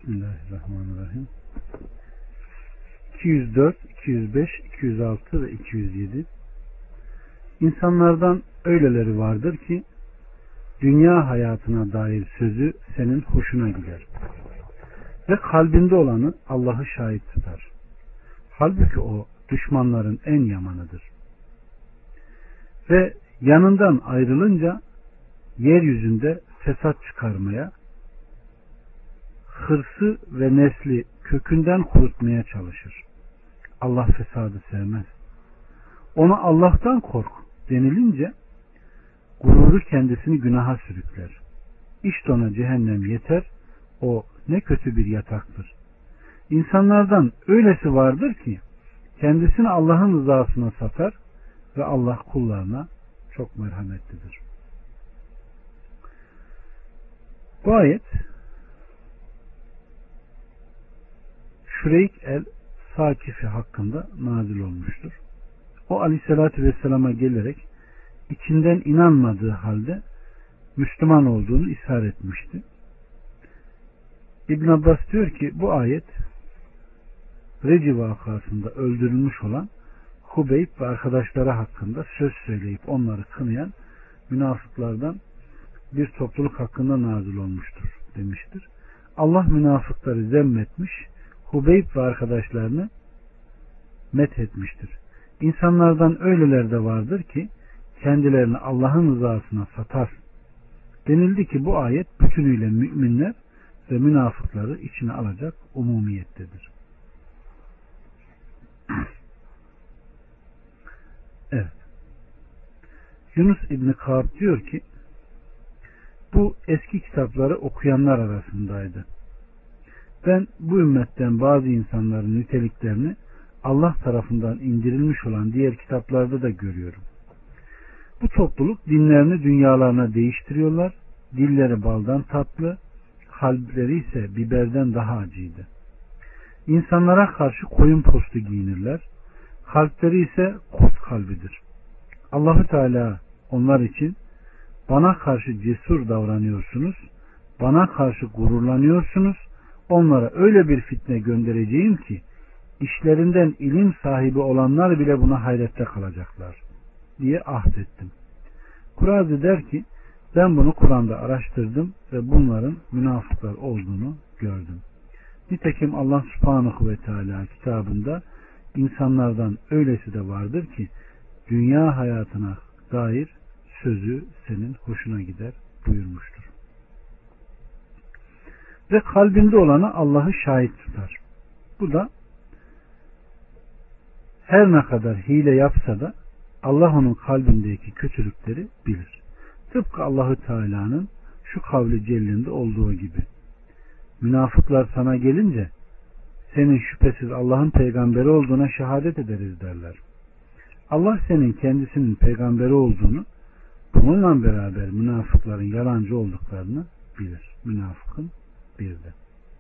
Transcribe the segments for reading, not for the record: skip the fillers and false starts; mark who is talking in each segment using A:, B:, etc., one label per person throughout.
A: Bismillahirrahmanirrahim. 204, 205, 206 ve 207. İnsanlardan öyleleri vardır ki dünya hayatına dair sözü senin hoşuna gider ve kalbinde olanı Allah'ı şahit tutar. Halbuki o düşmanların en yamanıdır. Ve yanından ayrılınca yeryüzünde fesat çıkarmaya, hırsı ve nesli kökünden kurutmaya çalışır. Allah fesadı sevmez. Ona Allah'tan kork denilince gururu kendisini günaha sürükler. İşte ona cehennem yeter, o ne kötü bir yataktır. İnsanlardan öylesi vardır ki kendisini Allah'ın rızasına satar ve Allah kullarına çok merhametlidir. Bu ayet Şureyk el-Sakifi hakkında nazil olmuştur. O Aleyhisselatü Vesselam'a gelerek içinden inanmadığı halde Müslüman olduğunu ishar etmişti. İbn Abbas diyor ki bu ayet Reci vakasında öldürülmüş olan Hubeyb ve arkadaşları hakkında söz söyleyip onları kınayan münafıklardan bir topluluk hakkında nazil olmuştur demiştir. Allah münafıkları zemmetmiş, Hubeyb ve arkadaşlarını methetmiştir. İnsanlardan öyleler de vardır ki kendilerini Allah'ın rızasına satar. Denildi ki bu ayet bütünüyle müminler ve münafıkları içine alacak umumiyettedir. Evet. Yunus İbni Kâb diyor ki bu eski kitapları okuyanlar arasındaydı. Ben bu ümmetten bazı insanların niteliklerini Allah tarafından indirilmiş olan diğer kitaplarda da görüyorum. Bu topluluk dinlerini dünyalarına değiştiriyorlar. Dilleri baldan tatlı, kalpleri ise biberden daha acıydı. İnsanlara karşı koyun postu giyinirler. Kalpleri ise kurt kalbidir. Allahu Teala onlar için bana karşı cesur davranıyorsunuz, bana karşı gururlanıyorsunuz, onlara öyle bir fitne göndereceğim ki işlerinden ilim sahibi olanlar bile buna hayrette kalacaklar diye ahdettim. Kurazi der ki ben bunu Kur'an'da araştırdım ve bunların münafıklar olduğunu gördüm. Nitekim Allah Subhanahu ve Teala kitabında insanlardan öylesi de vardır ki dünya hayatına dair sözü senin hoşuna gider buyurmuştur. Ve kalbinde olanı Allah'ı şahit tutar. Bu da her ne kadar hile yapsa da Allah onun kalbindeki kötülükleri bilir. Tıpkı Allahu Teala'nın şu kavli cellinde olduğu gibi. Münafıklar sana gelince senin şüphesiz Allah'ın peygamberi olduğuna şehadet ederiz derler. Allah senin kendisinin peygamberi olduğunu, bununla beraber münafıkların yalancı olduklarını bilir. Münafıkın bir de.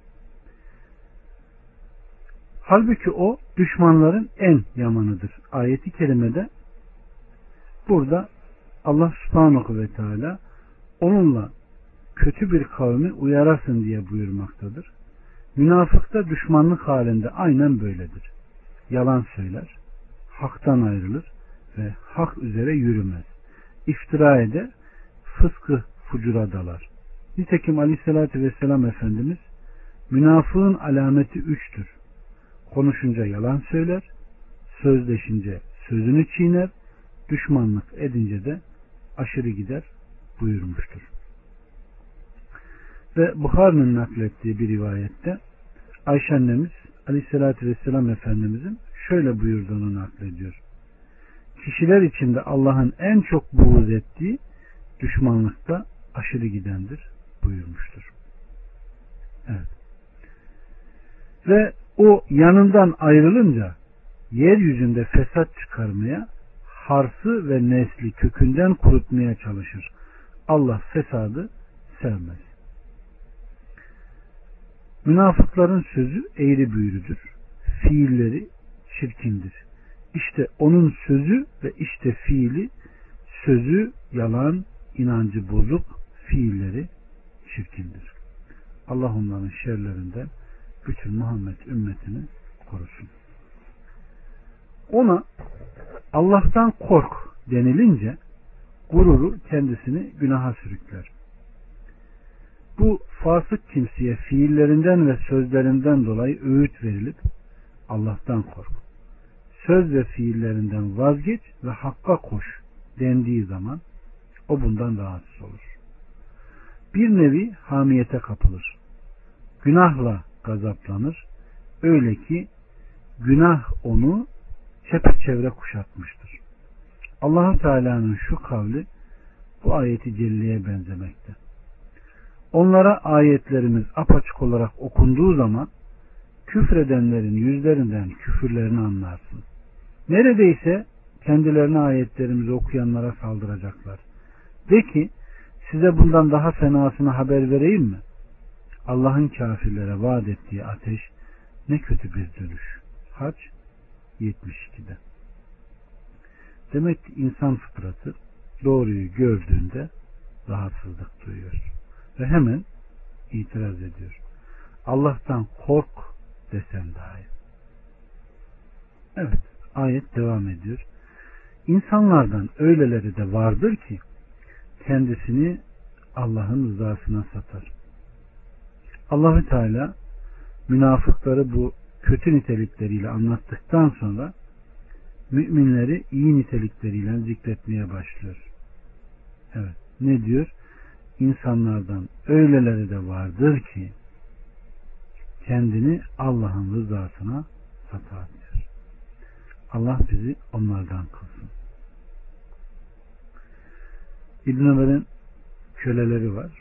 A: Halbuki o düşmanların en yamanıdır. Ayeti kerimede burada Allah Subhanahu ve Teala onunla kötü bir kavmi uyarasın diye buyurmaktadır. Münafık da düşmanlık halinde aynen böyledir. Yalan söyler, haktan ayrılır ve hak üzere yürümez. İftira eder, fıskı fucura dalar. Nitekim Aleyhisselatü Vesselam Efendimiz münafığın alameti 3'tür. Konuşunca yalan söyler, sözleşince sözünü çiğner, düşmanlık edince de aşırı gider buyurmuştur. Ve Buhari'nin naklettiği bir rivayette Ayşe annemiz Aleyhisselatü Vesselam Efendimizin şöyle buyurduğunu naklediyor. Kişiler içinde Allah'ın en çok buğz ettiği düşmanlıkta aşırı gidendir buyurmuştur. Evet. Ve o yanından ayrılınca yeryüzünde fesat çıkarmaya, harsı ve nesli kökünden kurutmaya çalışır. Allah fesadı sevmez. Münafıkların sözü eğri büğrüdür. Fiilleri çirkindir. İşte onun sözü ve işte fiili, sözü yalan, inancı bozuk, fiilleri çirkindir. Allah onların şerlerinden bütün Muhammed ümmetini korusun. Ona Allah'tan kork denilince gururu kendisini günaha sürükler. Bu fasık kimseye fiillerinden ve sözlerinden dolayı öğüt verilip Allah'tan kork, söz ve fiillerinden vazgeç ve hakka koş dendiği zaman o bundan rahatsız olur. Bir nevi hamiyete kapılır. Günahla gazaplanır. Öyle ki günah onu çepeçevre kuşatmıştır. Allah-u Teala'nın şu kavli bu ayeti celleye benzemekte. Onlara ayetlerimiz apaçık olarak okunduğu zaman küfredenlerin yüzlerinden küfürlerini anlarsın. Neredeyse kendilerine ayetlerimizi okuyanlara saldıracaklar. De ki size bundan daha fenasını haber vereyim mi? Allah'ın kafirlere vaat ettiği ateş ne kötü bir dönüş. Hac 72'de. Demek ki insan fıtratı doğruyu gördüğünde rahatsızlık duyuyor. Ve hemen itiraz ediyor. Allah'tan kork desen dahi. Evet, ayet devam ediyor. İnsanlardan öyleleri de vardır ki kendisini Allah'ın rızasına satar. Allah-u Teala münafıkları bu kötü nitelikleriyle anlattıktan sonra müminleri iyi nitelikleriyle zikretmeye başlıyor. Evet, ne diyor? İnsanlardan öyleleri de vardır ki kendini Allah'ın rızasına satar diyor. Allah bizi onlardan kılsın. İbn Ömer'in köleleri var.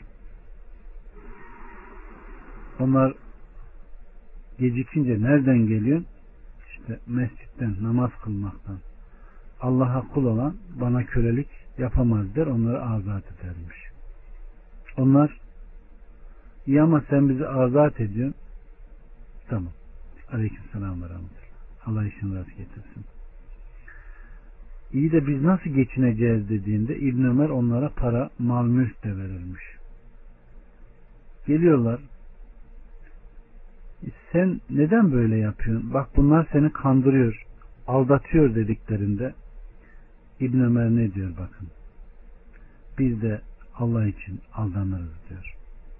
A: Onlar gecikince nereden geliyor? İşte mescitten, namaz kılmaktan. Allah'a kul olan bana kölelik yapamaz der, onları azat edermiş. Onlar iyi ama sen bizi azat ediyorsun. Tamam. Aleykümselam ve rahmetullah. Allah işini rast getirsin. İyi de biz nasıl geçineceğiz dediğinde İbn Ömer onlara para, mal, mülk de verilmiş. Geliyorlar. Sen neden böyle yapıyorsun? Bak bunlar seni kandırıyor, aldatıyor dediklerinde İbn Ömer ne diyor bakın. Biz de Allah için aldanırız diyor.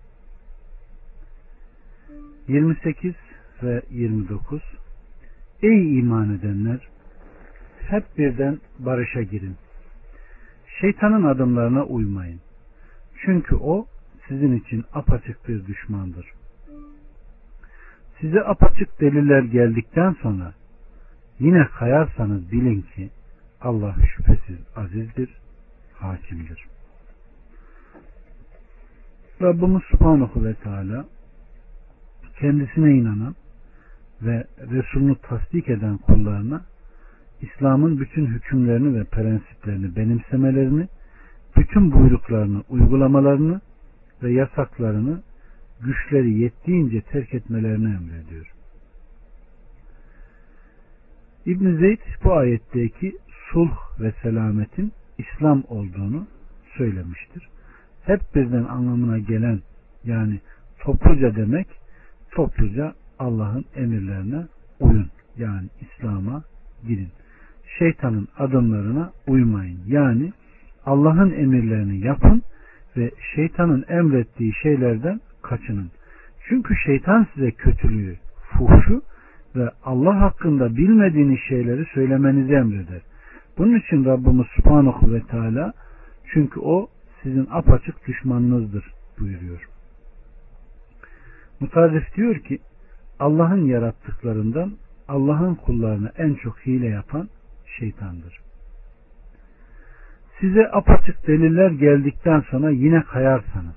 A: 28 ve 29 Ey iman edenler! Hep birden barışa girin. Şeytanın adımlarına uymayın. Çünkü o sizin için apaçık bir düşmandır. Size apaçık deliller geldikten sonra yine kayarsanız bilin ki Allah şüphesiz azizdir, hakimdir. Rabbimiz Subhanahu ve Teala kendisine inanan ve Resulünü tasdik eden kullarına İslam'ın bütün hükümlerini ve prensiplerini benimsemelerini, bütün buyruklarını uygulamalarını ve yasaklarını güçleri yettiğince terk etmelerini emrediyor. İbn Zeyd bu ayetteki sulh ve selametin İslam olduğunu söylemiştir. Hep birden anlamına gelen yani topluca demek, topluca Allah'ın emirlerine uyun yani İslam'a girin. Şeytanın adımlarına uymayın yani Allah'ın emirlerini yapın ve şeytanın emrettiği şeylerden kaçının. Çünkü şeytan size kötülüğü, fuhşu ve Allah hakkında bilmediğiniz şeyleri söylemenizi emreder. Bunun için Rabbimiz Subhanahu ve Teala çünkü o sizin apaçık düşmanınızdır buyuruyor. Mutarrif diyor ki Allah'ın yarattıklarından Allah'ın kullarına en çok hile yapan şeytandır. Size apaçık deliller geldikten sonra yine kayarsanız,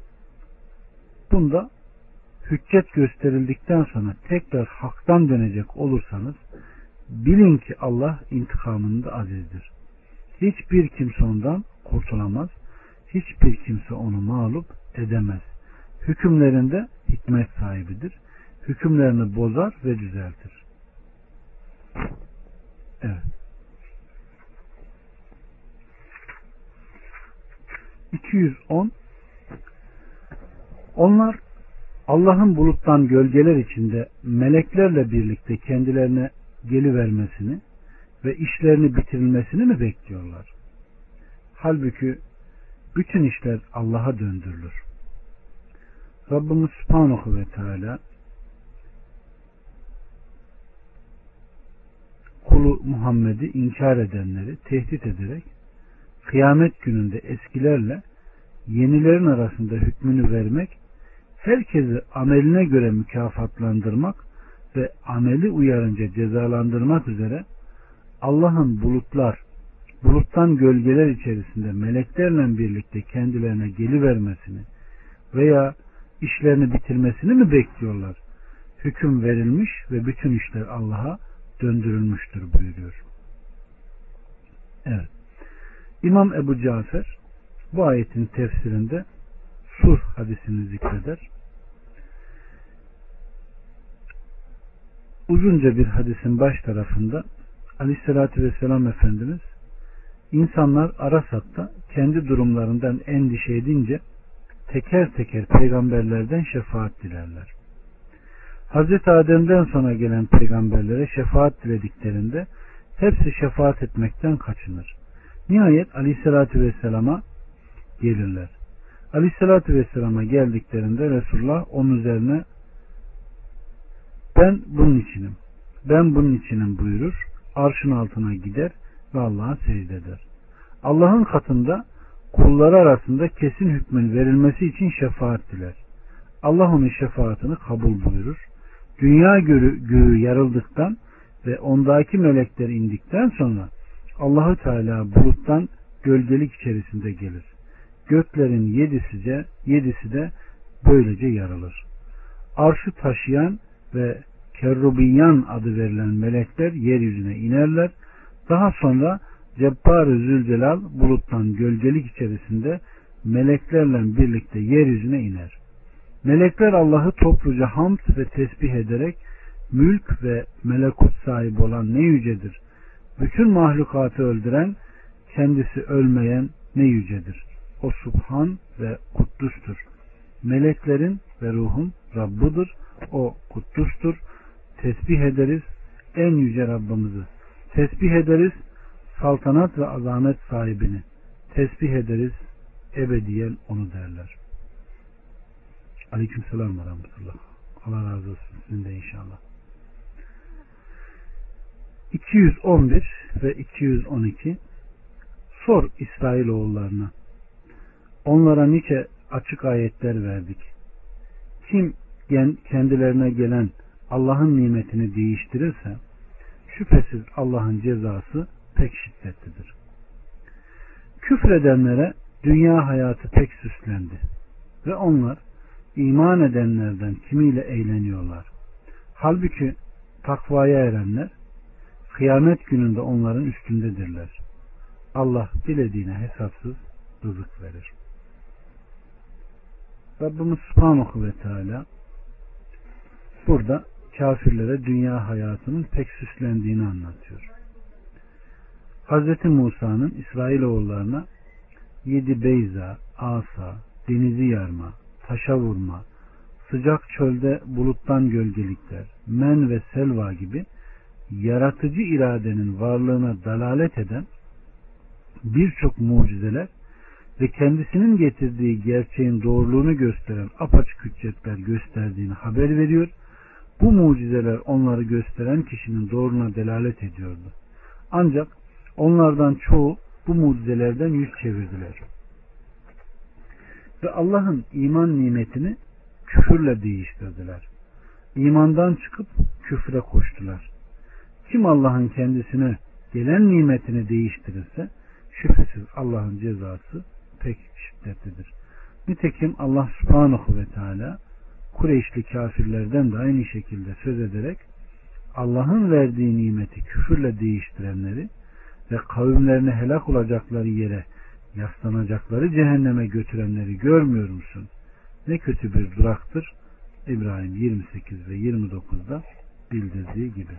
A: bunda hüccet gösterildikten sonra tekrar haktan dönecek olursanız bilin ki Allah intikamında azizdir. Hiçbir kimse ondan kurtulamaz. Hiçbir kimse onu mağlup edemez. Hükümlerinde hikmet sahibidir. Hükümlerini bozar ve düzeltir. Evet. 210 Onlar Allah'ın buluttan gölgeler içinde meleklerle birlikte kendilerine gelivermesini ve işlerini bitirilmesini mi bekliyorlar? Halbuki bütün işler Allah'a döndürülür. Rabbimiz Subhanahu ve Teala kulu Muhammed'i inkar edenleri tehdit ederek kıyamet gününde eskilerle yenilerin arasında hükmünü vermek, herkesi ameline göre mükafatlandırmak ve ameli uyarınca cezalandırmak üzere Allah'ın buluttan gölgeler içerisinde meleklerle birlikte kendilerine gelivermesini veya işlerini bitirmesini mi bekliyorlar? Hüküm verilmiş ve bütün işler Allah'a döndürülmüştür buyuruyor. Evet. İmam Ebu Cafer bu ayetin tefsirinde Sulh hadisini zikreder. Uzunca bir hadisin baş tarafında Aleyhisselatü Vesselam Efendimiz insanlar Arasat'ta kendi durumlarından endişe edince teker teker peygamberlerden şefaat dilerler. Hazreti Adem'den sonra gelen peygamberlere şefaat dilediklerinde hepsi şefaat etmekten kaçınır. Nihayet Aleyhisselatü Vesselam'a gelirler. Aleyhisselatü Vesselam'a geldiklerinde Resulullah onun üzerine ben bunun içinim buyurur. Arşın altına gider ve Allah'a secde eder. Allah'ın katında kulları arasında kesin hükmün verilmesi için şefaat diler. Allah onun şefaatini kabul buyurur. Dünya göğü yarıldıktan ve ondaki melekler indikten sonra Allahu Teala buluttan gölgelik içerisinde gelir. Göklerin yedisi de böylece yarılır. Arşı taşıyan ve Kerrubiyan adı verilen melekler yeryüzüne inerler. Daha sonra Cebbar-ı Zülcelal buluttan gölgelik içerisinde meleklerle birlikte yeryüzüne iner. Melekler Allah'ı topluca hamd ve tesbih ederek mülk ve melekut sahibi olan ne yücedir. Bütün mahlukatı öldüren, kendisi ölmeyen ne yücedir. O Subhan ve Kuddustur. Meleklerin ve ruhun Rabbudur. O Kuddustur. Tesbih ederiz en yüce Rabbimizi. Tesbih ederiz saltanat ve azamet sahibini. Tesbih ederiz ebediyen onu derler. Aleykümselam ve rahmetullah. Allah razı olsun sizin de inşallah. 211 ve 212 Sor İsrailoğullarına. Onlara nice açık ayetler verdik. Kim kendilerine gelen Allah'ın nimetini değiştirirse şüphesiz Allah'ın cezası pek şiddetlidir. Küfredenlere dünya hayatı pek süslendi ve onlar iman edenlerden kimiyle eğleniyorlar. Halbuki takvaya erenler kıyamet gününde onların üstündedirler. Allah dilediğine hesapsız rızık verir. Rabbimiz Subhanahu ve Teala burada kafirlere dünya hayatının pek süslendiğini anlatıyor. Hz. Musa'nın İsrailoğullarına 7 beyza, asa, denizi yarma, taşa vurma, sıcak çölde buluttan gölgelikler, men ve selva gibi yaratıcı iradenin varlığına dalalet eden birçok mucizeler ve kendisinin getirdiği gerçeğin doğruluğunu gösteren apaçık hüccetler gösterdiğini haber veriyor. Bu mucizeler onları gösteren kişinin doğruluğuna delalet ediyordu. Ancak onlardan çoğu bu mucizelerden yüz çevirdiler. Ve Allah'ın iman nimetini küfürle değiştirdiler. İmandan çıkıp küfre koştular. Kim Allah'ın kendisine gelen nimetini değiştirirse şüphesiz Allah'ın cezası pek şiddetlidir. Nitekim Allah Subhanahu ve Teala Kureyşli kafirlerden de aynı şekilde söz ederek Allah'ın verdiği nimeti küfürle değiştirenleri ve kavimlerine helak olacakları yere yaslanacakları cehenneme götürenleri görmüyor musun? Ne kötü bir duraktır. İbrahim 28 ve 29'da bildirdiği gibi.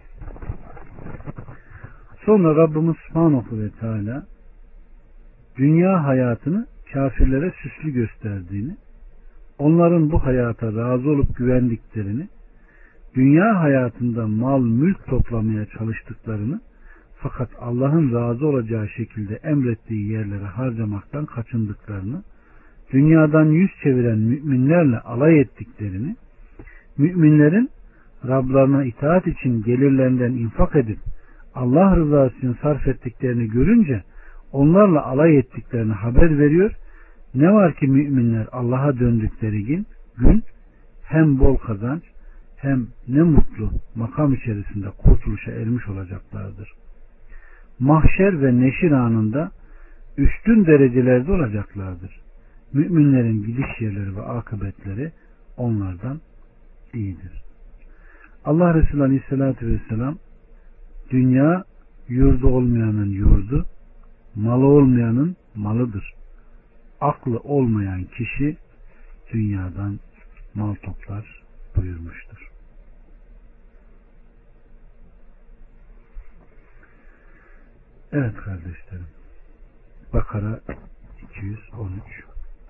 A: Sonra Rabbimiz Subhanahu ve Teala dünya hayatını kafirlere süslü gösterdiğini, onların bu hayata razı olup güvendiklerini, dünya hayatında mal mülk toplamaya çalıştıklarını, fakat Allah'ın razı olacağı şekilde emrettiği yerlere harcamaktan kaçındıklarını, dünyadan yüz çeviren müminlerle alay ettiklerini, müminlerin Rablarına itaat için gelirlerinden infak edip Allah rızası için sarf ettiklerini görünce onlarla alay ettiklerini haber veriyor. Ne var ki müminler Allah'a döndükleri gün hem bol kazanç hem ne mutlu makam içerisinde kurtuluşa ermiş olacaklardır. Mahşer ve neşir anında üstün derecelerde olacaklardır. Müminlerin gidiş yerleri ve akıbetleri onlardan iyidir. Allah Resulü Aleyhisselatü Vesselam, dünya yurdu olmayanın yurdu, malı olmayanın malıdır. Aklı olmayan kişi dünyadan mal toplar buyurmuştur. Evet kardeşlerim, Bakara 213.